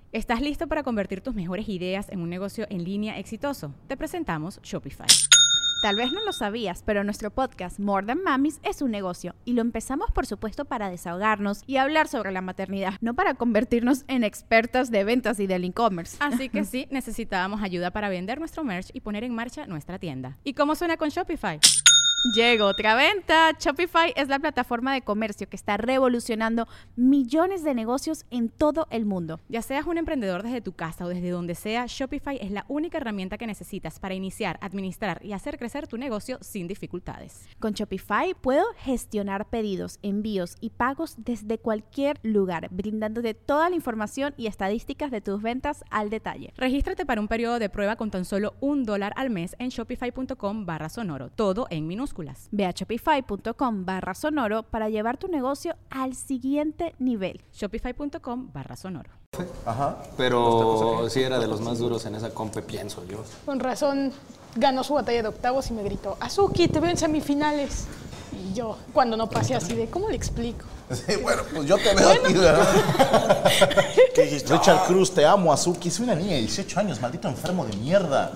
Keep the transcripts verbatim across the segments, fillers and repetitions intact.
¿Estás listo para convertir tus mejores ideas en un negocio en línea exitoso? Te presentamos Shopify. Tal vez no lo sabías, pero nuestro podcast More Than Mamis es un negocio y lo empezamos por supuesto para desahogarnos y hablar sobre la maternidad, no para convertirnos en expertas de ventas y del e-commerce. Así que sí, necesitábamos ayuda para vender nuestro merch y poner en marcha nuestra tienda. ¿Y cómo suena con Shopify? Llegó otra venta. Shopify es la plataforma de comercio que está revolucionando millones de negocios en todo el mundo. Ya seas un emprendedor desde tu casa o desde donde sea, Shopify es la única herramienta que necesitas para iniciar, administrar y hacer crecer tu negocio sin dificultades. Con Shopify puedo gestionar pedidos, envíos y pagos desde cualquier lugar, brindándote toda la información y estadísticas de tus ventas al detalle. Regístrate para un periodo de prueba con tan solo un dólar al mes en shopify.com barra sonoro, todo en minúsculas. Ve a shopify.com barra sonoro para llevar tu negocio al siguiente nivel. Shopify.com barra sonoro. Ajá, pero sí era de los más duros en esa compe, pienso yo. Con razón ganó su batalla de octavos y me gritó, Azuki, te veo en semifinales. Y yo, cuando no pasé así de, ¿cómo le explico? Sí, bueno, pues yo te veo bueno. Aquí, ¿verdad? ¿Qué dijiste? Richard Cruz, te amo, Azuki. Soy una niña de dieciocho años, maldito enfermo de mierda.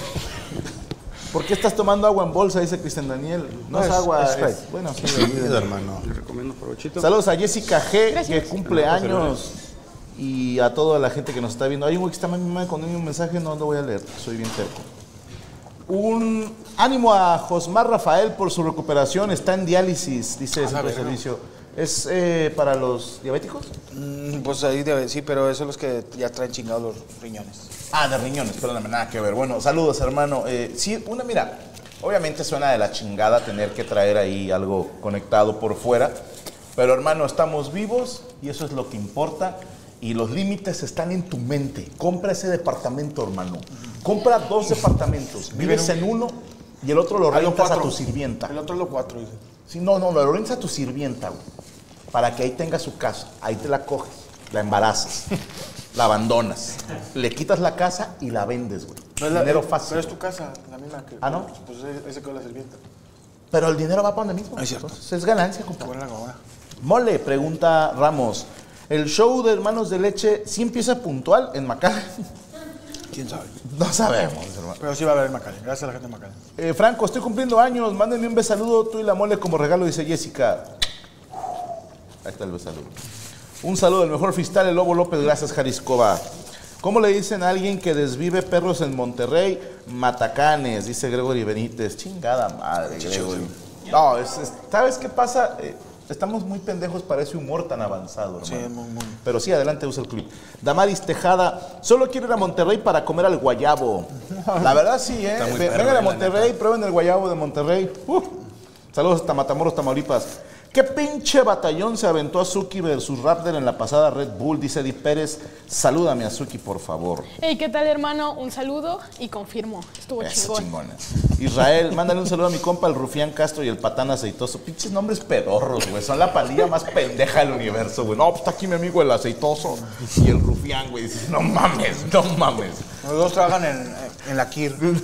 ¿Por qué estás tomando agua en bolsa? Dice Cristian Daniel. No, no es, es agua, es, es bueno, sí, bebida, hermano. Le recomiendo provechito. Saludos a Jessica G, Gracias. Que cumple no, años. Y a toda la gente que nos está viendo. Hay un güey que está mamá con un mensaje, no lo voy a leer, soy bien terco. Un ánimo a Josmar Rafael por su recuperación, está en diálisis, dice el centro de servicio. ¿Es eh, para los diabéticos? Mm, pues ahí debe, sí, pero esos son los que ya traen chingados los riñones. Ah, de riñones, perdóname, nada que ver. Bueno, saludos, hermano. Eh, sí, una, mira, obviamente suena de la chingada tener que traer ahí algo conectado por fuera, pero hermano, estamos vivos y eso es lo que importa y los límites están en tu mente. Compra ese departamento, hermano. Compra dos departamentos, vives en uno y el otro lo rentas a tu sirvienta. El otro lo cuatro, dice. Sí, no, no, lo rentas a tu sirvienta, güey, para que ahí tenga su casa. Ahí te la coges, la embarazas, la abandonas, le quitas la casa y la vendes, güey. No es la, dinero eh, fácil. Pero es tu casa, la misma que... ¿Ah, no? Pues ese con la sirvienta. Pero el dinero va para donde mismo. Es cierto. Entonces, es ganancia, compadre. Buena ahora. Mole, pregunta Ramos. ¿El show de Hermanos de Leche sí empieza puntual en McAllen? ¿Quién sabe? No sabemos, hermano. Pero sí va a haber en McAllen. Gracias a la gente de McAllen. Eh, Franco, estoy cumpliendo años. Mándenme un besaludo tú y la Mole como regalo, dice Jessica. Ahí está el besaludo. Un saludo del mejor fiscal, el Lobo López. Gracias, Jariscova. ¿Cómo le dicen a alguien que desvive perros en Monterrey? Matacanes, dice Gregory Benítez. Chingada madre, Gregory. No, es, es, ¿sabes qué pasa? Eh, estamos muy pendejos para ese humor tan avanzado, hermano. Sí, muy, muy. Pero sí, adelante, usa el clip. Damaris Tejada, solo quiero ir a Monterrey para comer al guayabo. La verdad sí, ¿eh? Vengan a Monterrey, prueben el guayabo de Monterrey. Uh. Saludos hasta Matamoros, Tamaulipas. ¿Qué pinche batallón se aventó Azuki versus Raptor en la pasada Red Bull? Dice Eddie Pérez. Salúdame, Azuki, por favor. Hey, ¿qué tal, hermano? Un saludo y confirmo. Estuvo Eso, chingón. chingones. Israel, mándale un saludo a mi compa, el Rufián Castro y el Patán Aceitoso. Pinches nombres pedorros, güey. Son la pandilla más pendeja del universo, güey. No, pues está aquí mi amigo el Aceitoso y el Rufián, güey. Dices, no mames, no mames. Los dos trabajan en, en la K I R.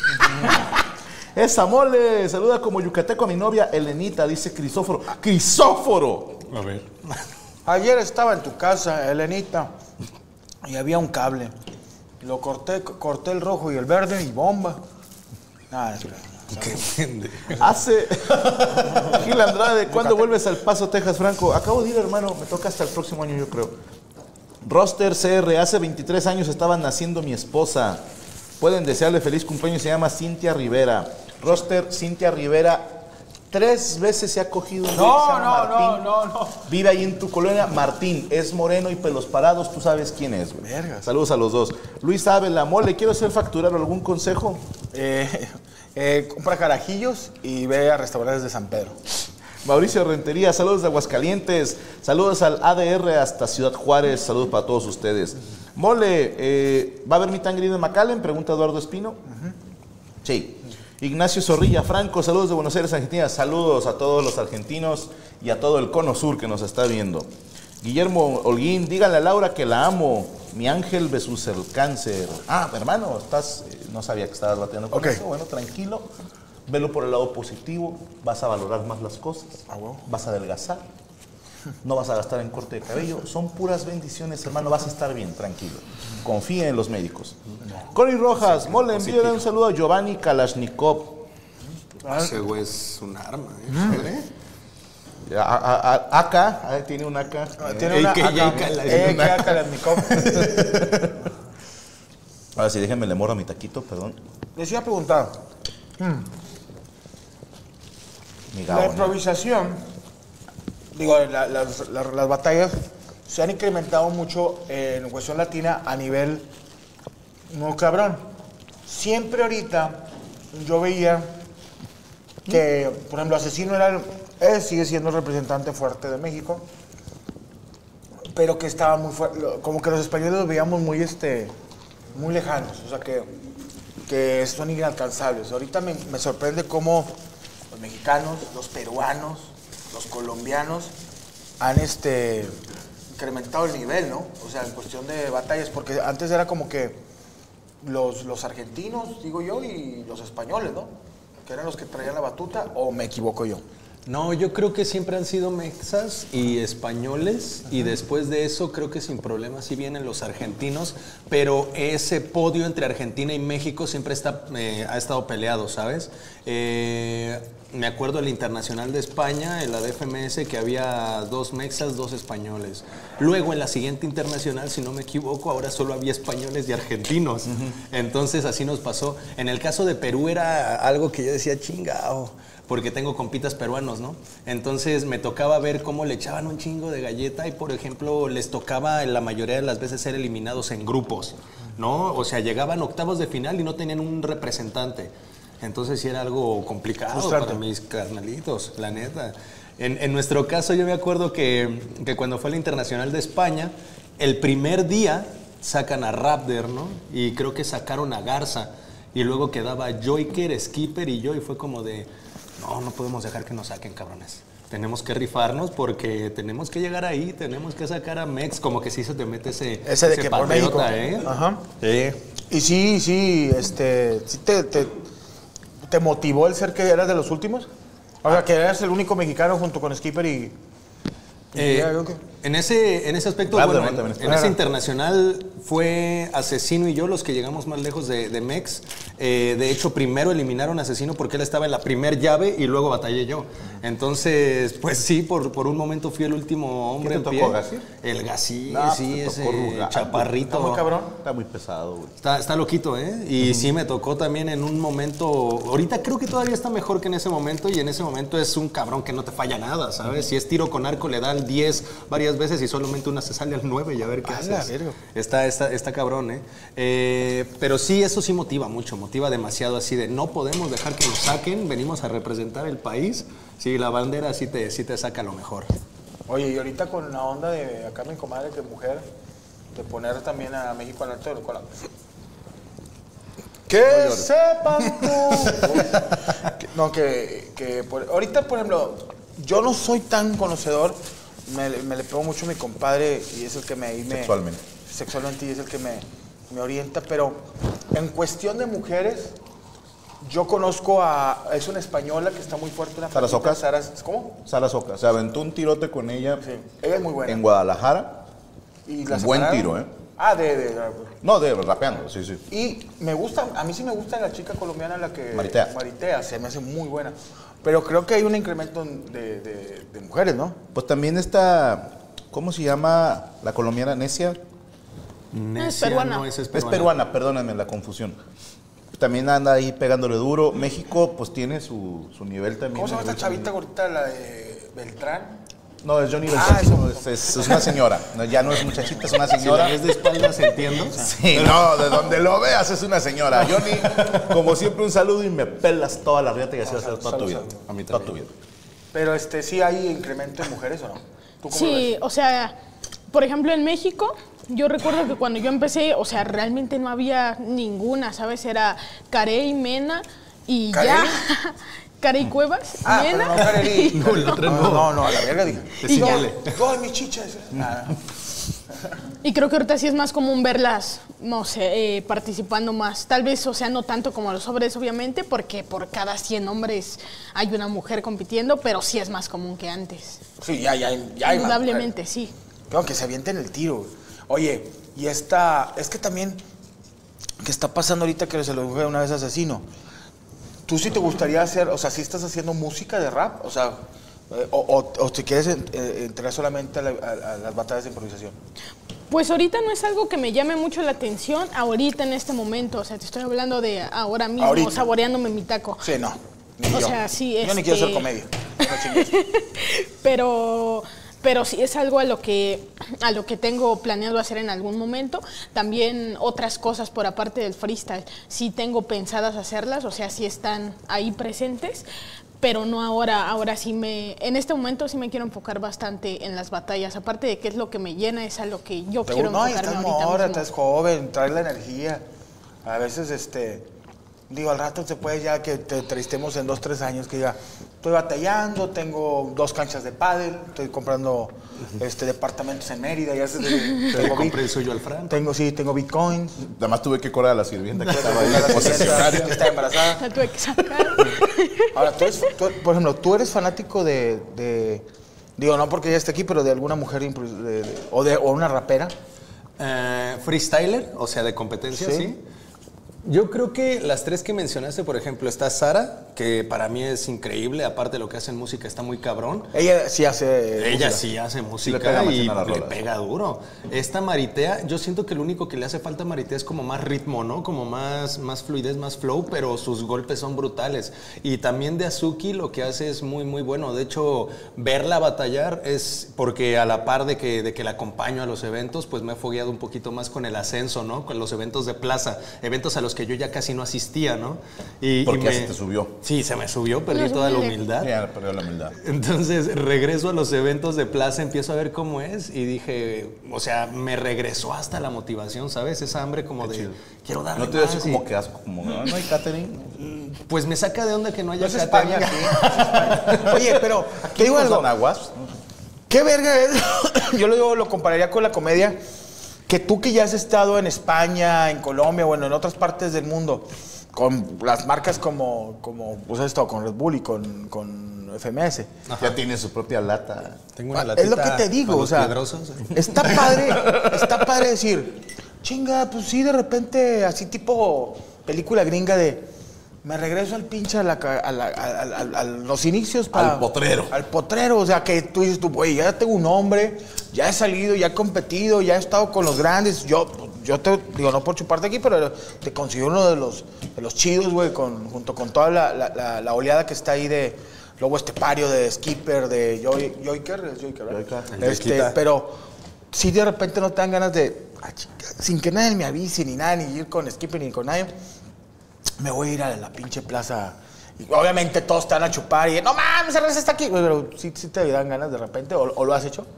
Esa Mole, saluda como yucateco a mi novia Elenita, dice Crisóforo. ¡Crisóforo! A ver. Ayer estaba en tu casa, Elenita, y había un cable. Lo corté, corté el rojo y el verde y bomba. Nada, es Qué Hace... Gil Andrade, ¿cuándo vuelves al Paso, Texas, Franco? Acabo de ir, hermano, me toca hasta el próximo año, yo creo. Roster C R, hace veintitrés años estaba naciendo mi esposa. Pueden desearle feliz cumpleaños, se llama Cintia Rivera. Roster, Cintia Rivera, tres veces se ha cogido un no, güey que se llama no, Martín. no, no, no. Vive ahí en tu colonia. Martín, es moreno y pelos parados, tú sabes quién es, güey. Vergas. Saludos a los dos. Luis Ávila, Mole, quiero ser facturero, ¿algún consejo? Eh, eh, compra carajillos y ve a restaurantes de San Pedro. Mauricio Rentería, saludos de Aguascalientes, saludos al A D R hasta Ciudad Juárez, saludos para todos ustedes. Mole, eh, ¿va a haber mi tangrido en McAllen? Pregunta Eduardo Espino. Uh-huh. Sí. Ignacio Zorrilla Franco, saludos de Buenos Aires, Argentina. Saludos a todos los argentinos y a todo el cono sur que nos está viendo. Guillermo Holguín, díganle a Laura que la amo. Mi ángel versus el cáncer. Ah, hermano, estás, eh, no sabía que estabas bateando con okay. eso. Bueno, tranquilo. Velo por el lado positivo. Vas a valorar más las cosas. Ah, bueno. Vas a adelgazar. no vas a gastar en corte de cabello, son puras bendiciones, hermano, vas a estar bien, tranquilo. Confía en los médicos. Connie Rojas, mole, envíale un saludo a Giovanni Kalashnikov. Ese güey es un arma, ¿eh? A, a, a, acá, ah, tiene un acá. Tiene una A K. Ahora sí, déjenme le morro a mi taquito, perdón. Les iba a preguntar. Hmm. Mi La gabo, improvisación, digo, la- las, las- las batallas se han incrementado mucho en cuestión latina a nivel no cabrón. Siempre ahorita yo veía que, por ejemplo, Asesino era, el- él sigue siendo el representante fuerte de México, pero que estaba muy fuerte, como que los españoles los veíamos muy, este, muy lejanos, o sea que, que son inalcanzables. Ahorita me, me sorprende cómo los mexicanos, los peruanos, los colombianos han este, incrementado el nivel, ¿no? O sea, en cuestión de batallas, porque antes era como que los, los argentinos, digo yo, y los españoles, ¿no? Que eran los que traían la batuta, o me equivoco yo. No, yo creo que siempre han sido mexas y españoles, y después de eso creo que sin problemas sí vienen los argentinos, pero ese podio entre Argentina y México siempre está, eh, ha estado peleado, ¿sabes? Eh, me acuerdo el Internacional de España, en la D F M S, que había dos mexas, dos españoles. Luego en la siguiente internacional, si no me equivoco, ahora solo había españoles y argentinos. Entonces así nos pasó. En el caso de Perú era algo que yo decía, chingao, porque tengo compitas peruanos, ¿no? Entonces me tocaba ver cómo le echaban un chingo de galleta y, por ejemplo, les tocaba la mayoría de las veces ser eliminados en grupos, ¿no? O sea, llegaban octavos de final y no tenían un representante. Entonces sí era algo complicado Frustrante. para mis carnalitos, la neta. En, en nuestro caso yo me acuerdo que, que cuando fue la Internacional de España, el primer día sacan a Raptor, ¿no? Y creo que sacaron a Garza. Y luego quedaba Joyker, Skipper y yo, y fue como de... No, no podemos dejar que nos saquen, cabrones. Tenemos que rifarnos porque tenemos que llegar ahí, tenemos que sacar a Mex, como que sí se te mete ese, Ese de que por México. ¿eh? Ajá. Sí. Y sí, sí, este, sí te, te, te motivó el ser que eras de los últimos. O sea, que eras el único mexicano junto con Skipper y... Eh, Ya, creo que- en, ese, en ese aspecto, Raptor, bueno, ¿no? en, También está. en ese internacional fue Asesino y yo los que llegamos más lejos de, de Mex. Eh, de hecho, primero eliminaron a Asesino porque él estaba en la primer llave y luego batallé yo. Entonces, pues sí, por, por un momento fui el último hombre ¿Quién te en tocó, pie. Gassi? El Gassi, No, pues sí, te ese tocó Rugal, chaparrito. Está muy cabrón. Está muy pesado, güey. Está, está loquito, ¿eh? Y sí me tocó también en un momento... Ahorita creo que todavía está mejor que en ese momento, y en ese momento es un cabrón que no te falla nada, ¿sabes? Si es tiro con arco, le da el diez varias veces y solamente una se sale al nueve y a ver qué A la haces. verga. Está, está, está cabrón, ¿eh? ¿eh? Pero sí, eso sí motiva mucho, motiva demasiado así de no podemos dejar que nos saquen, venimos a representar el país. Sí, la bandera sí te, sí te saca lo mejor. Oye, y ahorita con la onda de acá mi comadre, que es mujer, de poner también a México al alto del cola. Que sepan tú. No, que, que por- ahorita, por ejemplo, yo no soy tan conocedor, me, me le pego mucho a mi compadre y es el que me... ahí me Sexualmente. Sexualmente y es el que me, me orienta, pero en cuestión de mujeres, yo conozco a... Es una española que está muy fuerte. Una ¿Sara flaquita, Socas? Sara- ¿Cómo? Sara Soca, se aventó un tirote con ella Sí, ella es muy buena. en Guadalajara. Y la Buen separaron. tiro, ¿eh? Ah, de, de, de- No, de rapeando, sí, sí. Y me gusta, a mí sí me gusta la chica colombiana, la que... Maritea. Maritea, se me hace muy buena. Pero creo que hay un incremento de, de- de mujeres, ¿no? Pues también está, ¿cómo se llama la colombiana necia? Necia, peruana. no, esa es Es peruana. peruana, perdónenme la confusión. También anda ahí pegándole duro. México, pues tiene su, su nivel también. ¿Cómo se llama a nivel esta chavita también. gordita, la de Beltrán? No, es Johnny Ah, Beltrán. eso. es, es- es una señora. No, ya no es muchachita, es una Si la señora. ves de espaldas, entiendo. Sí, no, de donde lo veas es una señora. Johnny, como siempre, un saludo y me pelas toda la riata y así va a ser toda tu vida. A mí Toda tu también. vida. Pero este, ¿sí hay incremento en mujeres o no? ¿Tú cómo lo Sí, ves? o sea, por ejemplo, en México, yo recuerdo que cuando yo empecé, o sea, realmente no había ninguna, ¿sabes? Era Carey, Mena y ¿Carey? ya. Carey Cuevas, Ah, pero Mena. no, Kareli. No, la otra no. no. No, no, a la verga dije. Sí, Yo- vale. Todas mis chichas. Ah, Y creo que ahorita sí es más común verlas, no sé, eh, participando más. Tal vez, o sea, no tanto como los hombres, obviamente, porque por cada cien hombres hay una mujer compitiendo, pero sí es más común que antes. Sí, ya, ya, ya hay más Indudablemente, mujeres. sí. Claro, que se avienten el tiro. Oye, y esta, es que también, que está pasando ahorita que se lo dije una vez a Asesino. ¿Tú sí te gustaría hacer, o sea, si estás haciendo música de rap? O sea, eh, o, o, o te quieres eh, entrar solamente a, la, a, a las batallas de improvisación. Pues ahorita no es algo que me llame mucho la atención, ahorita en este momento, o sea, te estoy hablando de ahora mismo, Ahorita. saboreándome mi taco. Sí, no. Ni O yo. sea, sí, Yo ni este- quiero hacer comedia. No chingues. pero pero sí es algo a lo que a lo que tengo planeado hacer en algún momento. También otras cosas por aparte del freestyle, sí tengo pensadas hacerlas, o sea, sí están ahí presentes, pero no ahora. Ahora sí me, en este momento sí me quiero enfocar bastante en las batallas. Aparte de que es lo que me llena, es a lo que yo Te- quiero no, y enfocarme estás ahorita morra, mismo. estás joven, traes la energía. A veces, este, digo, al rato se puede ya que te entrevistemos en dos, tres años, que diga, estoy batallando, tengo dos canchas de pádel, estoy comprando este, departamentos en Mérida, ya se, Le tengo, compré bit- el suyo al Fran. tengo, sí, tengo bitcoin, Además tuve que cobrar a la sirvienta que estaba ahí. la siguiente concesionaria. que está embarazada. La tuve que sacar. Ahora, tú eres, tú- por ejemplo, tú eres fanático de, de- digo, no porque ya esté aquí, pero de alguna mujer impro- de- de- o de o una rapera. Eh, freestyler, o sea, de competencia, Sí. sí. Yo creo que las tres que mencionaste, por ejemplo, está Sara, que para mí es increíble, aparte de lo que hace en música, está muy cabrón. Ella sí hace. Ella música. sí hace música le pega y machín a las le rolas. pega duro. Esta Maritea, yo siento que lo único que le hace falta a Maritea es como más ritmo, ¿no? Como más, más fluidez, más flow, pero sus golpes son brutales. Y también de Azuki lo que hace es muy, muy bueno. De hecho, verla batallar es porque a la par de que, de que la acompaño a los eventos, pues me he fogueado un poquito más con el ascenso, ¿no? Con los eventos de plaza, eventos a los que yo ya casi no asistía, ¿no? Y, Porque y ya se te subió. Sí, se me subió, perdí No es toda la humilde. humildad. Ya perdió la humildad. Entonces regreso a los eventos de plaza, empiezo a ver cómo es y dije, o sea, me regresó hasta la motivación, ¿sabes? Esa hambre como de, chido. quiero darle ¿No te dio así más como y- que asco? Como, no, no hay catering. Pues me saca de onda que no haya No es catering. España, sí. Oye, pero te digo ¿Nos algo. dan aguas? ¿Qué verga es? Yo lo, digo, lo compararía con la comedia. Que tú que ya has estado en España, en Colombia, bueno, en otras partes del mundo, con las marcas como, como pues has estado con Red Bull y con, con F M S. Ya tiene su propia lata. Tengo una Ah, es lo que latita te digo, para o los sea, piedrosos. está padre, está padre decir, chinga, pues sí, de repente, así tipo película gringa de, me regreso al pinche a, la, ca- a, la- a- a- a- a los inicios. Al potrero. Al potrero, o sea, que tú dices, tú, oye, ya tengo un nombre, ya he salido, ya he competido, ya he estado con los grandes, yo, yo te digo, no por chuparte aquí, pero te considero uno de los, de los chidos, güey, con, junto con toda la, la- la- la oleada que está ahí de Lobo Estepario, de Skipper, de Joy, Joyker, es Joyker, ¿verdad? El Este, Joyquita. pero si de repente no te dan ganas de, ah, chinga, sin que nadie me avise, ni nada, ni ir con Skipper, ni con nadie, me voy a ir a la pinche plaza. Y obviamente todos te van a chupar y, no mames, Ernesto está aquí. Pero sí, sí te dan ganas de repente, o, o lo has hecho.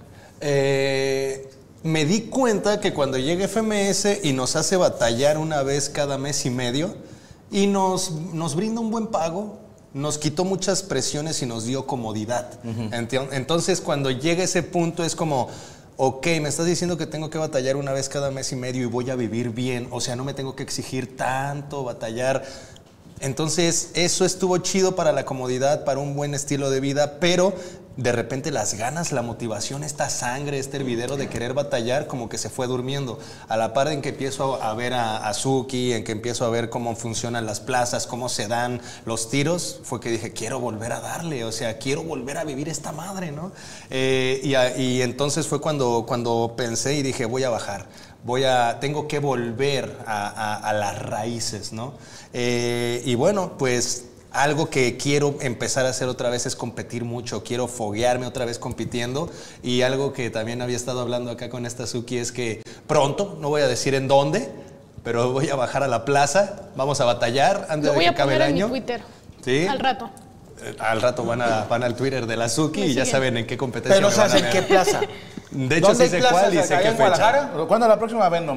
Eh, me di cuenta que cuando llega F M S y nos hace batallar una vez cada mes y medio y nos, nos brinda un buen pago, nos quitó muchas presiones y nos dio comodidad. Enti- Entonces, cuando llega ese punto es como, ok, me estás diciendo que tengo que batallar una vez cada mes y medio y voy a vivir bien, o sea, no me tengo que exigir tanto, batallar. Entonces, eso estuvo chido para la comodidad, para un buen estilo de vida, pero de repente las ganas, la motivación, esta sangre, este hervidero de querer batallar, como que se fue durmiendo. A la par en que empiezo a ver a Azuki, en que empiezo a ver cómo funcionan las plazas, cómo se dan los tiros, fue que dije, quiero volver a darle, o sea, quiero volver a vivir esta madre, ¿no? Eh, y, a- y entonces fue cuando, cuando pensé y dije, voy a bajar. Voy a, tengo que volver a, a- a las raíces, ¿no? Eh, y bueno, pues algo que quiero empezar a hacer otra vez es competir mucho, quiero foguearme otra vez compitiendo, y algo que también había estado hablando acá con esta Suki es que pronto, no voy a decir en dónde, pero voy a bajar a la plaza, vamos a batallar antes Lo de voy que a acabe el poner en mi año. Twitter. ¿Sí? Al rato. Eh, Al rato van, a, van al Twitter de la Suki Me y ya siguen. saben en qué competencia Pero no me van sabes a en ver. qué plaza. De hecho, ¿Dónde sí hay sé cuál y plazas? sé ¿Acá qué en fecha. Guadalajara? ¿Cuándo la próxima Venom?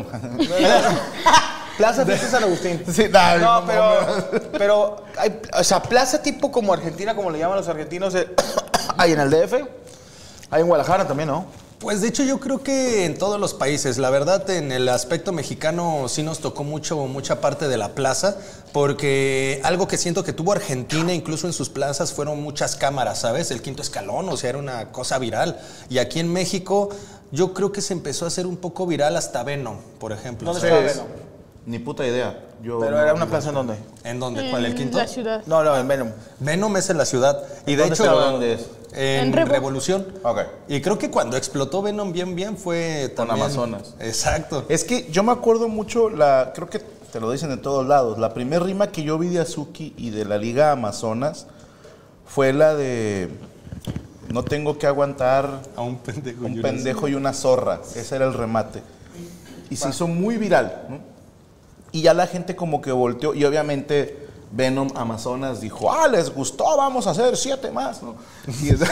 Plaza Fiesta San Agustín. Sí, no, no, no, pero, pero hay, o sea, plaza tipo como Argentina, como le llaman los argentinos, eh, hay en el D F, hay en Guadalajara también, ¿no? Pues de hecho yo creo que en todos los países, la verdad en el aspecto mexicano sí nos tocó mucho, mucha parte de la plaza, porque algo que siento que tuvo Argentina incluso en sus plazas fueron muchas cámaras, ¿sabes? El quinto escalón, o sea, era una cosa viral. Y aquí en México yo creo que se empezó a hacer un poco viral hasta Venom, por ejemplo. ¿Dónde ¿sabes? estaba Venom? Ni puta idea. Yo Pero no- era una plaza en dónde? ¿En dónde? ¿Cuál? ¿El En quinto? la ciudad. No, no, en Venom. Venom es en la ciudad. Y de ¿Dónde hecho, está? ¿Dónde es? En, En Revo. Revolución. Ok. Y creo que cuando explotó Venom bien, bien fue Con también... Amazonas. Exacto. Es que yo me acuerdo mucho, la, creo que te lo dicen en todos lados, la primer rima que yo vi de Azuki y de la Liga Amazonas fue la de no tengo que aguantar A un pendejo. un y una pendejo y una zorra. Ese era el remate. Y se hizo muy viral, ¿no? Y ya la gente como que volteó y obviamente Venom Amazonas dijo, ah, les gustó, vamos a hacer siete más, ¿no? Y, es-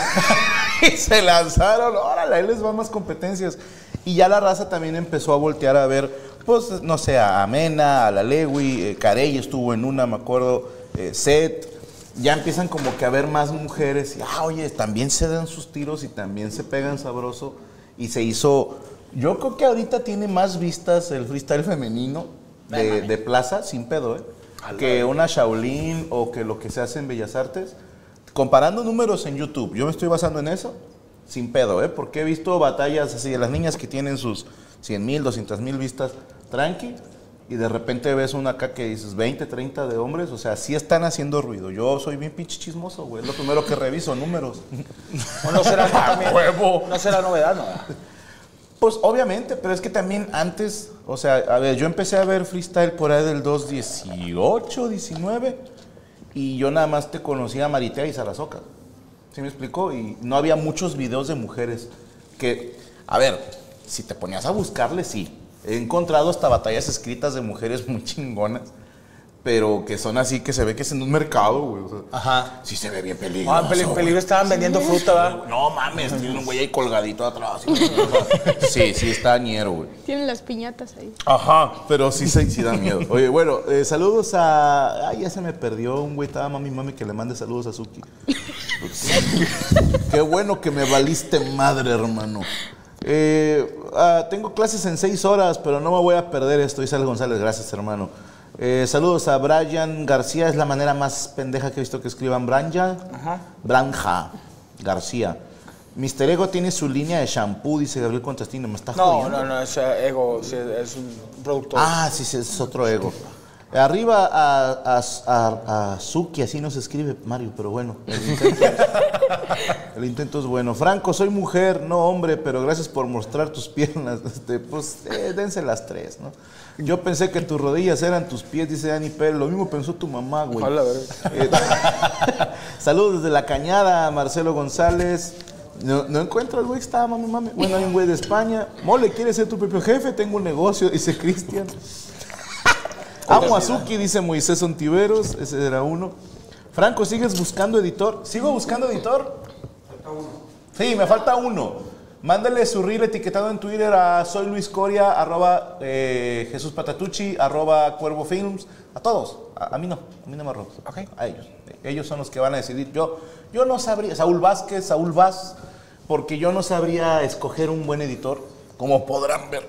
y se lanzaron, órale, ahí les van más competencias. Y ya la raza también empezó a voltear a ver, pues, no sé, a Mena, a la Lewy, eh, Carey estuvo en una, me acuerdo, eh, Seth. Ya empiezan como que a ver más mujeres y, ah, oye, también se dan sus tiros y también se pegan sabroso. Y se hizo, yo creo que ahorita tiene más vistas el freestyle femenino de, de plaza, sin pedo, ¿eh? Que una Shaolin o que lo que se hace en Bellas Artes. Comparando números en YouTube, yo me estoy basando en eso, sin pedo, ¿eh? Porque he visto batallas así de las niñas que tienen sus cien mil, doscientas mil vistas, tranqui, y de repente ves una acá que dices veinte, treinta de hombres, o sea, sí están haciendo ruido. Yo soy bien pinche chismoso, güey, es lo primero que reviso, números. ¿O no será también? No será novedad, ¿no? Pues obviamente, pero es que también antes, o sea, a ver, yo empecé a ver freestyle por ahí del dos dieciocho, diecinueve, y yo nada más te conocía a Maritea y Sarasoca. ¿Sí me explicó? Y no había muchos videos de mujeres que, a ver, si te ponías a buscarle, sí. He encontrado hasta batallas escritas de mujeres muy chingonas, pero que son así, que se ve que es en un mercado, güey. O sea, Ajá. sí se ve bien peligroso. Ah, en peli- peligro estaban vendiendo fruta, ¿verdad? No mames, tiene un güey ahí colgadito atrás. Sí, sí, está ñero, güey. Tienen las piñatas ahí. Ajá, pero sí, sí, sí da miedo. Oye, bueno, eh, saludos a... Ay, ya se me perdió un güey, estaba mami, mami, que le mande saludos a Suki. Qué bueno que me valiste madre, hermano. Eh, ah, tengo clases en seis horas, pero no me voy a perder esto. Isabel González, gracias, hermano. Eh, saludos a Brian García, es la manera más pendeja que he visto que escriban Branja. Ajá. Branja García. mister Ego tiene su línea de shampoo, dice Gabriel Contrastino. Me está No, jodiendo. no, no, es eh, Ego, sí, es un productor. Ah, sí, sí, es otro Ego. Arriba a, a, a, a Suki, así no se escribe, Mario, pero bueno, el intento, el intento es bueno. Franco, soy mujer, no hombre, pero gracias por mostrar tus piernas. Este, pues eh, dense las tres, ¿no? Yo pensé que tus rodillas eran tus pies, dice Dani Pérez. Lo mismo pensó tu mamá, güey. Ojalá, verga. Eh, saludos desde La Cañada, Marcelo González. No, no encuentro al güey que estaba, mami, mami. Bueno, hay un güey de España. Mole, ¿quieres ser tu propio jefe? Tengo un negocio, dice Cristian. Amo a Suki, dice Moisés Ontiveros. Ese era uno. Franco, ¿sigues buscando editor? ¿Sigo buscando editor? Falta uno. Sí, me falta uno. Mándale su reel etiquetado en Twitter a soy Luis Coria, arroba eh, Jesús Patatucci, arroba Cuervo Films. A todos. A, a mí no, a mí no me robes. Okay. A ellos. Ellos son los que van a decidir. Yo, yo no sabría, Saúl Vázquez, Saúl Vaz, porque yo no sabría escoger un buen editor, como podrán ver.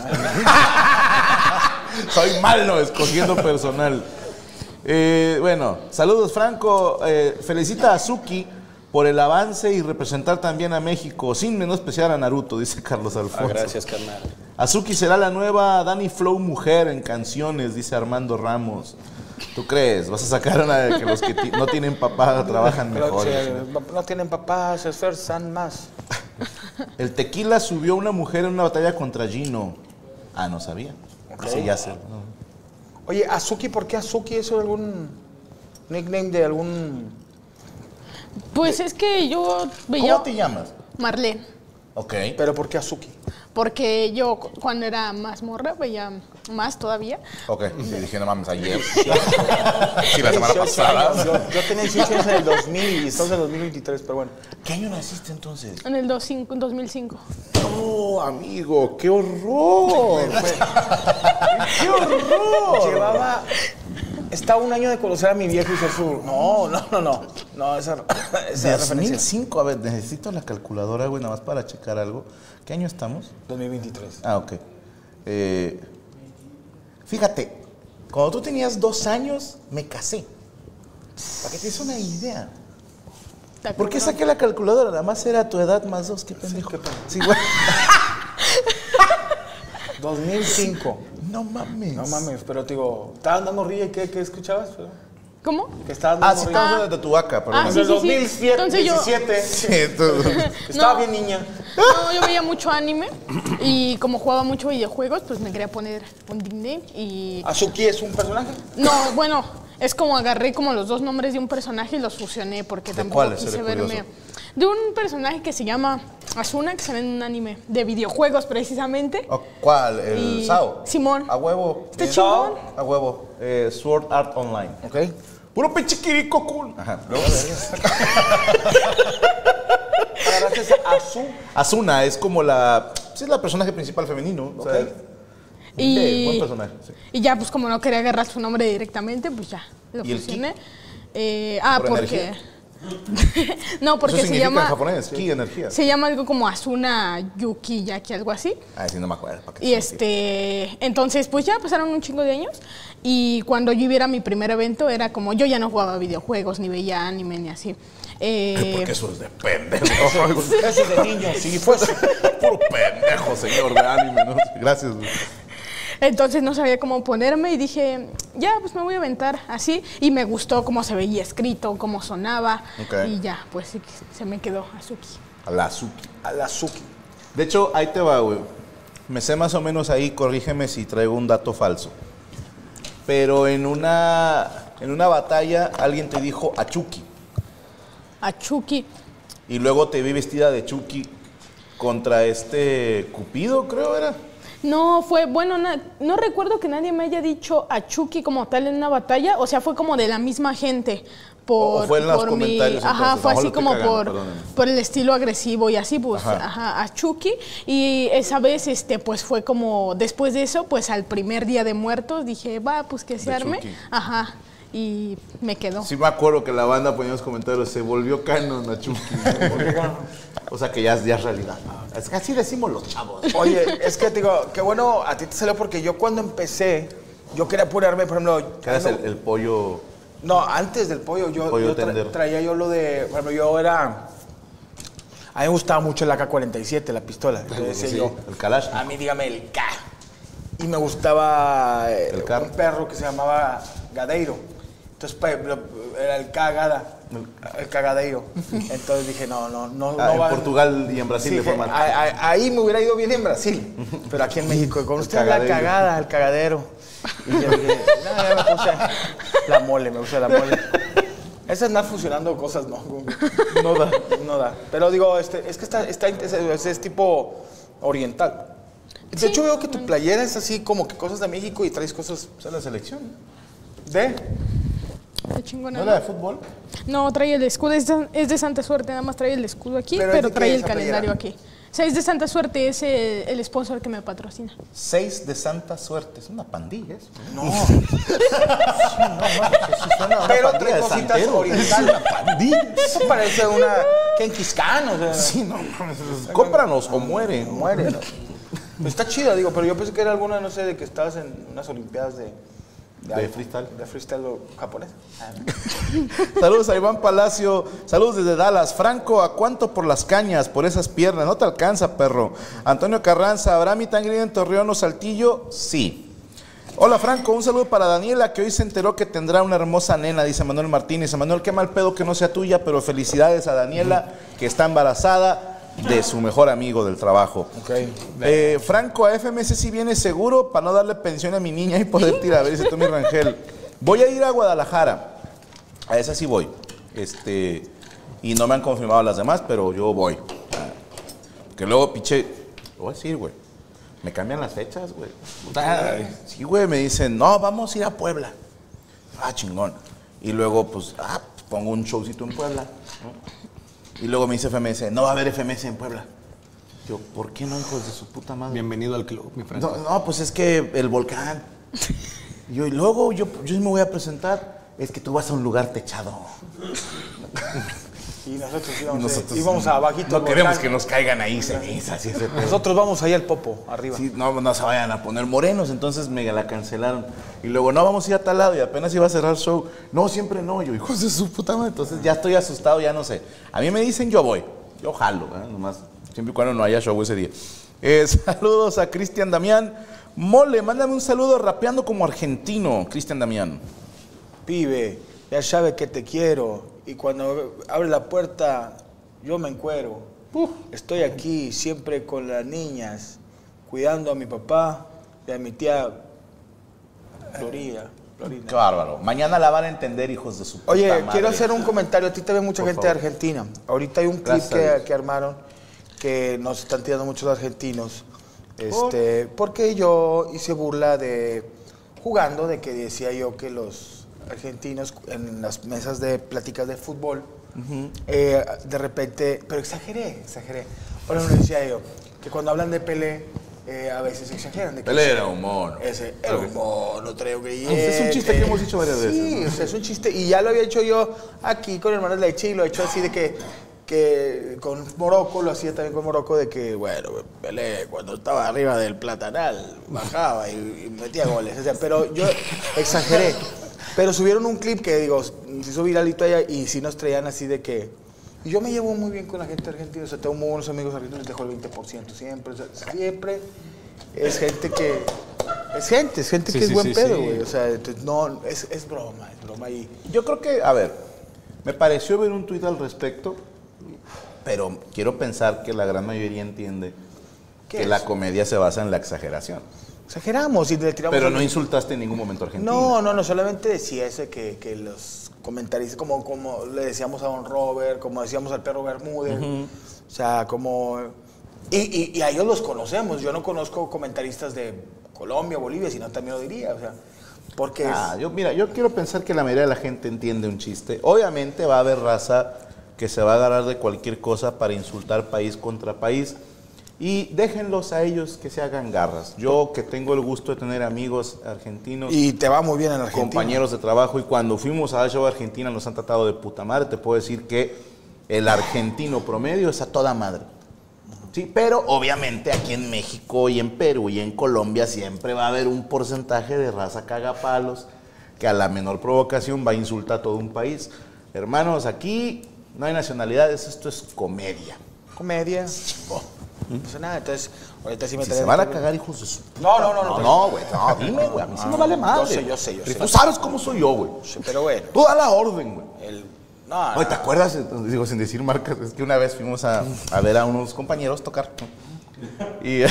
Soy malo escogiendo personal. Eh, bueno, saludos Franco. Eh, felicita a Suki por el avance y representar también a México, sin menospreciar a Naruto, dice Carlos Alfonso. Ah, gracias, carnal. Azuki será la nueva Dani Flow mujer en canciones, dice Armando Ramos. ¿Tú crees? ¿Vas a sacar una de que los que ti- no tienen papá trabajan Pero, mejor? sí, no tienen papás, se esfuerzan más. El Tequila subió a una mujer en una batalla contra Gino. Ah, no sabía. Sí, ya sé. No. Oye, Azuki, ¿por qué Azuki? ¿Eso algún nickname de algún...? Pues es que yo veía... ¿Cómo te llamas? Marlene. Ok. ¿Pero por qué Azuki? Porque yo cu- cuando era más morra veía más todavía. Ok. Sí, dije, no mames, ayer. Sí, la semana dieciocho pasada. años. Yo, yo tenía dieciocho años en el dos mil y estamos en el dos mil veintitrés, pero bueno. ¿Qué año naciste entonces? En el dos mil cinco. No, amigo, qué horror. ¡Qué horror! Llevaba... está a un año de conocer a mi viejo y ser su... No, no, no, no. No, esa, esa dos referencia. mil cinco, a ver, necesito la calculadora, güey, nada más para checar algo. ¿Qué año estamos? dos mil veintitrés. Ah, ok. Eh, fíjate, cuando tú tenías dos años, me casé. Para que te des una idea. ¿Por qué saqué la calculadora? Nada más era tu edad más dos, qué pendejo. Sí, qué pendejo. Sí, güey. dos mil cinco. No mames. No mames, pero te digo, ¿estabas dando ría y qué, qué escuchabas? ¿Cómo? Que estabas Ah, dando sí, ría. estamos hablando de tu vaca, perdón. Ah, En sí, el sí, dos sí. mil siete, Entonces yo- diecisiete. Sí, tú- Estaba No. bien niña. No, yo veía mucho anime y como jugaba mucho videojuegos, pues me quería poner un nickname y... ¿Azuki es un personaje? No, bueno, es como agarré como los dos nombres de un personaje y los fusioné porque ¿De tampoco cuáles? quise Seré verme... curioso. De un personaje que se llama Asuna, que sale en un anime de videojuegos precisamente. Oh, ¿cuál? ¿El Y- Sao? Simón. A huevo. Está Bien. chingón. A huevo. Eh, Sword Art Online. Ok. Puro pinche Kiriko cool. Ajá. Luego, Agarraste esa Azu. Asuna es como la... Sí, es la personaje principal femenino. O sea, Ok. Y, sí, buen personaje. Sí. y ya, pues como no quería agarrar su nombre directamente, pues ya, lo ¿Y el fusioné. Eh, ah, ¿Por porque... no, porque Eso se significa llama... en japonés, ki, energía. Se llama algo como Asuna Yuki Yaki, algo así. Ah, sí, no me acuerdo. ¿para qué Y significa? este, entonces pues ya pasaron un chingo de años y cuando yo iba a mi primer evento era como, yo ya no jugaba videojuegos, ni veía anime, ni así. Eh, Porque eso es de pendejo. Eso es de niño, sí, pues. Puro pendejo, señor de anime, ¿no? Gracias. güey. entonces no sabía cómo ponerme y dije, ya, pues me voy a aventar así. Y me gustó cómo se veía escrito, cómo sonaba. Ok. Y ya, pues sí, se me quedó Azuki. A la Azuki. A la Azuki. De hecho, ahí te va, güey. Me sé más o menos ahí, corrígeme si traigo un dato falso. Pero en una, en una batalla alguien te dijo a Chucky. A Chucky. Y luego te vi vestida de Chucky contra este Cupido, creo era. No, fue, bueno, na- no recuerdo que nadie me haya dicho a Chucky como tal en una batalla, o sea, fue como de la misma gente. Por, O- o fue en los por mi- comentarios, ajá, entonces, fue a lo así mejor lo como estoy cagando, por, perdónenme. por el estilo agresivo y así, pues, Ajá. ajá, a Chucky. Y esa vez, este, pues fue como, después de eso, pues al primer día de muertos, dije, va, pues que se De arme. Chucky. Ajá, y me quedó. Sí me acuerdo que la banda ponía en los comentarios, se volvió canon a Chucky. O sea que ya, ya es realidad. Es que así decimos los chavos. Oye, es que te digo, qué bueno, a ti te salió porque yo cuando empecé, yo quería apurarme, por ejemplo... Que eras no, el, el pollo... no, antes del pollo, yo, Pollo yo tra- tender. traía yo lo de, por ejemplo, yo era... A mí me gustaba mucho el A K cuarenta y siete, la pistola. Le decía sí, yo, el Kalashnikov. a mí dígame el K. Y me gustaba eh, El carro. un perro que se llamaba Gadeiro. Entonces pa- lo- era el Cagada, el Cagadeiro. Entonces dije, no, no, no, Ah, no en va- Portugal y en Brasil Sí, le fue mal. a- a- ahí me hubiera ido bien en Brasil, pero aquí en México, con usted la cagadero. cagada, el cagadero. Y yo dije, no, ya me puse la mole, me puse la mole. Esas no funcionando cosas, no. No da. No da. Pero digo, este, es que está, está es, es- es tipo oriental. De hecho, veo que tu playera es así como que cosas de México y traes cosas Esa es la selección. de... Qué chingona, ¿No ¿no? era de fútbol? No, trae el escudo, es de, es de Santa Suerte, nada más trae el escudo aquí, Pero pero, es de trae qué el esa calendario playera. aquí. O sea, es de Santa Suerte, es el, el sponsor que me patrocina. Seis de santa suerte. Es una pandilla eso. No. Suena a una Pero pandilla trae de cositas santeros. orientales. Eso parece una Kenkiskan, o sea. Sí, no mames. Cómpranos o muere. Muere, ¿no? Pues está chido, digo, pero yo pensé que era alguna, no sé, de que estabas en unas olimpiadas de... De algo, freestyle. De freestyle o japonés. Saludos a Iván Palacio, saludos desde Dallas. Franco, ¿a cuánto por las cañas, por esas piernas? No te alcanza, perro. Antonio Carranza, ¿habrá mi tangre en Torreón o Saltillo? Sí. Hola Franco, un saludo para Daniela, que hoy se enteró que tendrá una hermosa nena, dice Manuel Martínez. Manuel, qué mal pedo que no sea tuya, pero felicidades a Daniela, que está embarazada de su mejor amigo del trabajo. Ok. Eh, Franco, a F M S si viene seguro para no darle pensión a mi niña y poder tirar. A ver, dice Tommy Rangel. Voy a ir a Guadalajara. A esa sí voy. Este, y no me han confirmado las demás, pero yo voy. Que luego, pinche, lo voy a decir, güey. Me cambian las fechas, güey. Sí, güey, me dicen, no, vamos a ir a Puebla. Ah, chingón. Y luego, pues, ah, pongo un showcito en Puebla, ¿no? Y luego me dice F M S, no va a haber F M S en Puebla. Yo, ¿por qué no, hijos de su puta madre? Bienvenido al club, mi Franco. No, no, pues es que el volcán. Y yo, y luego yo, yo me voy a presentar, es que tú vas a un lugar techado. Y nosotros íbamos, Y nosotros, íbamos a bajito. No al queremos volcán. que nos caigan ahí cenizas y ese pedo. Nosotros vamos ahí al Popo, arriba. Sí, no, no se vayan a poner morenos, entonces me la cancelaron. Y luego, no, vamos a ir a tal lado y apenas iba a cerrar el show. No, siempre no, yo, hijos de su puta madre. Entonces ya estoy asustado, ya no sé. A mí me dicen, yo voy. Yo jalo, ¿eh? Nomás, siempre y cuando no haya show ese día. Eh, saludos a Cristian Damián. Mole, mándame un saludo rapeando como argentino, Cristian Damián. Pibe, ya sabes que te quiero. Y cuando abre la puerta, yo me encuero. Uh, estoy aquí siempre con las niñas, cuidando a mi papá y a mi tía Florida. Florida. Qué bárbaro. Mañana la van a entender, hijos de su puta Oye, madre. quiero hacer un comentario. A ti te ve mucha Por gente favor. de Argentina. Ahorita hay un clip Gracias a que, Dios. que armaron que nos están tirando muchos argentinos. Este, porque yo hice burla de jugando de que decía yo que los argentinos en las mesas de pláticas de fútbol eh, de repente, pero exageré, exageré. Por ejemplo, decía yo que cuando hablan de Pelé eh, a veces exageran. De que Pelé era un mono. Ese era un mono, traigo que Es un chiste que hemos dicho varias veces, Sí, ¿no? o sea, es un chiste. Y ya lo había hecho yo aquí con Hermanos Leche y lo he hecho así de que, que con Morocco, lo hacía también con Morocco, de que, bueno, Pelé cuando estaba arriba del platanal bajaba y, y metía goles. O sea, pero yo exageré. Pero subieron un clip que, digo, se hizo viralito allá y sí nos traían así de que... Y yo me llevo muy bien con la gente argentina, o sea, tengo muy buenos amigos argentinos, les dejo el veinte por ciento siempre, o sea, siempre es gente que... Es gente, es gente Sí, que sí, es buen sí, pedo, sí. güey, o sea, entonces, no, es, es broma, es broma y... Yo creo que, a ver, me pareció ver un tuit al respecto, pero quiero pensar que la gran mayoría entiende ¿Qué que es? la comedia se basa en la exageración. Exageramos y le tiramos... Pero al- no insultaste en ningún momento a Argentina. No, no, no, solamente decía ese que, que los comentaristas, como, como le decíamos a Don Robert, como decíamos al perro Bermúdez, o sea, como... Y, y, y a ellos los conocemos, yo no conozco comentaristas de Colombia, Bolivia, sino también lo diría, o sea, porque... es- Ah, yo, mira, yo quiero pensar que la mayoría de la gente entiende un chiste. Obviamente va a haber raza que se va a agarrar de cualquier cosa para insultar país contra país. Y déjenlos a ellos que se hagan garras. Yo que tengo el gusto de tener amigos argentinos, Y te va muy bien en Argentina. compañeros de trabajo, y cuando fuimos a show a Argentina nos han tratado de puta madre, te puedo decir que el argentino promedio es a toda madre. Sí, pero obviamente aquí en México y en Perú y en Colombia siempre va a haber un porcentaje de raza cagapalos que a la menor provocación va a insultar a todo un país. Hermanos, aquí no hay nacionalidades, esto es comedia. Comedia. No pasa nada, entonces, ahorita sí me Si traen- se van a cagar, hijos de su... No, no, no, no. No, no, güey, no, dime, güey, a mí sí me vale madre. Yo sé, yo sé, yo sé. Tú sabes cómo soy yo, güey. Sí, pero bueno, Tú da la orden, güey. el... No, Oye, ¿te acuerdas? Digo, sin decir marcas, es que una vez fuimos a, a ver a unos compañeros tocar, ¿no? Y,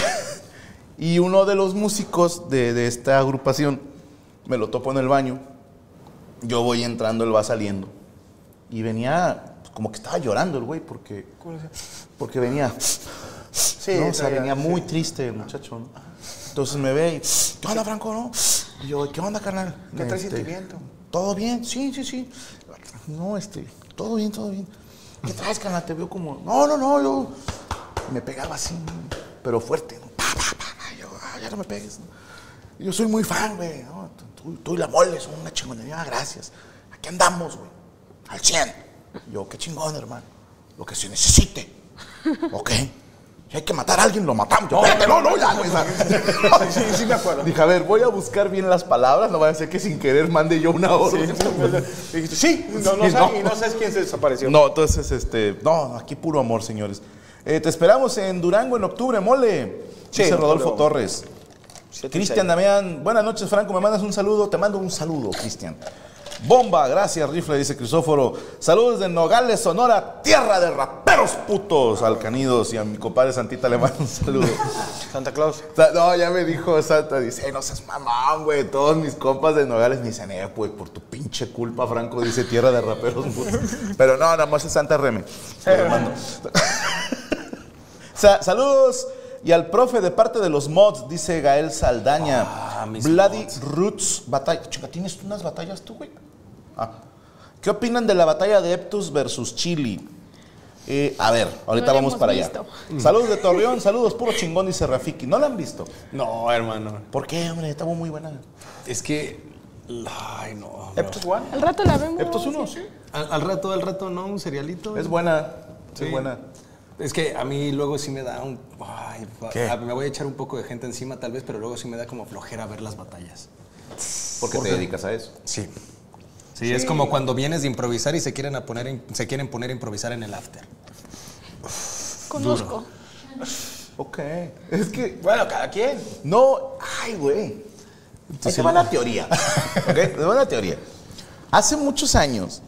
y uno de los músicos de, de esta agrupación me lo topo en el baño. Yo voy entrando, él va saliendo. Y venía, pues, como que estaba llorando el güey, porque, porque venía... Sí, ¿no? O sea, traía- venía muy sí. triste el muchacho, ¿no? Entonces me ve y, ¿qué onda, Franco, no? Y yo, ¿qué onda, carnal? ¿Qué traes Este, sentimiento? ¿Todo bien? Sí, sí, sí. No, este, todo bien, todo bien. ¿Qué traes, carnal? Te veo como, no, no, no, yo... Me pegaba así, pero fuerte, ¿no? Pa, pa, pa. Yo, "Ah, ya no me pegues, ¿no? Yo soy muy fan, güey, ¿no? Tú, tú y la Mole son una chingonería, gracias. Aquí andamos, güey, al cien. Yo, qué chingón, hermano. Lo que se necesite. Ok. Si hay que matar a alguien, lo matamos. Yo, espérate, no, no, ya, güey. Sí, sí me acuerdo. Dije, a ver, voy a buscar bien las palabras, no vaya a ser que sin querer mande yo una orden. Dijiste, sí, no, no, Sí, sé, no. y no sabes quién se desapareció. No, entonces, este, no, aquí puro amor, señores. Eh, te esperamos en Durango en octubre, mole. Sí, Dice Rodolfo Durango. Torres. Siete y Cristian seis. Damián, buenas noches, Franco, me mandas un saludo, te mando un saludo, Cristian. Bomba, gracias, Rifle, dice Crisóforo. Saludos de Nogales, Sonora, tierra de raperos putos, alcanidos. Y a mi compadre Santita le mando un saludo. Santa Claus. Sa- No, ya me dijo Santa, dice, "Ey, no seas mamón, güey. Todos mis compas de Nogales me dicen, eh, güey, por tu pinche culpa, Franco, dice tierra de raperos putos. Pero no, nada más es Santa Reme. Le mando. Sa- saludos. Y al profe de parte de los mods, dice Gael Saldaña. Ah, mis Bloody mods. Roots batalla. Chica, ¿tienes unas batallas tú, güey? Ah. ¿Qué opinan de la batalla de Eptus versus Chili? Eh, a ver, ahorita No la vamos hemos para visto. allá. Saludos de Torreón, saludos, puro chingón, dice Rafiki. ¿No la han visto? No, hermano. ¿Por qué, hombre? Está muy buena. Es que. Ay, no. bro. Eptos One. Al rato la vemos. Eptos uno, sí. Al, al rato, al rato, no, un cerealito. Es buena, Sí. es buena. Es que a mí luego sí me da un. Ay, ¿Qué? a- me voy a echar un poco de gente encima, tal vez, pero luego sí me da como flojera ver las batallas. ¿Por qué te dedicas a eso? Sí. Sí, es como cuando vienes de improvisar y se quieren, a poner en- se quieren poner a improvisar en el after. Conozco. Ok. Es que, Bueno, cada quien. no, ay, güey. Ahí te va la teoría. ¿Ok? Te va la teoría. Hace muchos años,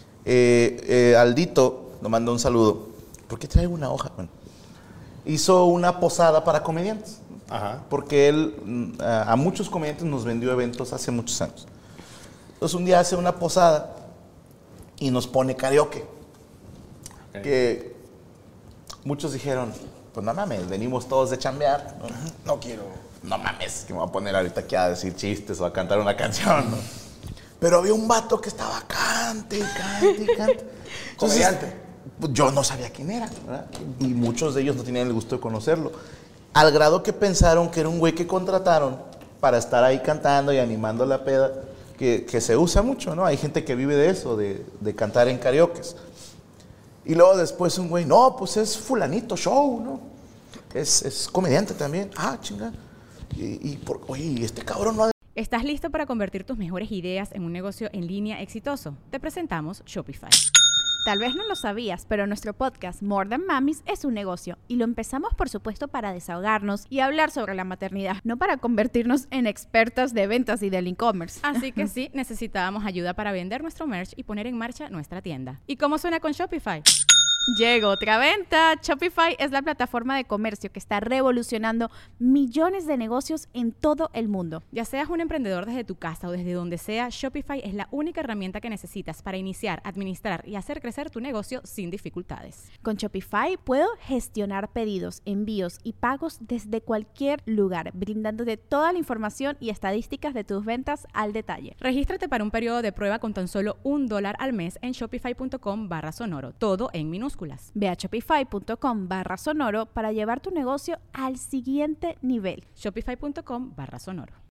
eh, eh, Aldito nos mandó un saludo. ¿Por qué traigo una hoja? Bueno, hizo una posada para comediantes. Ajá. Porque él mm, a, a muchos comediantes nos vendió eventos hace muchos años. Entonces un día hace una posada y nos pone karaoke. Ok. Que muchos dijeron, pues no mames, venimos todos de chambear. ¿no? No quiero. No mames, que me voy a poner ahorita aquí a decir chistes o a cantar una canción, ¿no? Pero había un vato que estaba cante, cante, cante. Entonces, Comediante. pues, yo no sabía quién era, ¿verdad? Y muchos de ellos no tenían el gusto de conocerlo. Al grado que pensaron que era un güey que contrataron para estar ahí cantando y animando la peda, que, que se usa mucho, ¿no? Hay gente que vive de eso, de, de cantar en karaokes. Y luego después un güey, no, pues es fulanito show, ¿no? Es, es comediante también. Ah, chinga. Y, y por, oye, ¿y este cabrón no ha ¿Estás listo para convertir tus mejores ideas en un negocio en línea exitoso? Te presentamos Shopify. Tal vez no lo sabías, pero nuestro podcast More Than Mamis es un negocio y lo empezamos por supuesto para desahogarnos y hablar sobre la maternidad, no para convertirnos en expertas de ventas y del e-commerce. Así que sí, necesitábamos ayuda para vender nuestro merch y poner en marcha nuestra tienda. ¿Y cómo suena con Shopify? Llega otra venta. Shopify es la plataforma de comercio que está revolucionando millones de negocios en todo el mundo. Ya seas un emprendedor desde tu casa o desde donde sea, Shopify es la única herramienta que necesitas para iniciar, administrar y hacer crecer tu negocio sin dificultades. Con Shopify puedo gestionar pedidos, envíos y pagos desde cualquier lugar, brindándote toda la información y estadísticas de tus ventas al detalle. Regístrate para un periodo de prueba con tan solo un dólar al mes en shopify.com barra sonoro, todo en minúsculas. Ve a shopify.com barra sonoro para llevar tu negocio al siguiente nivel. Shopify.com barra sonoro.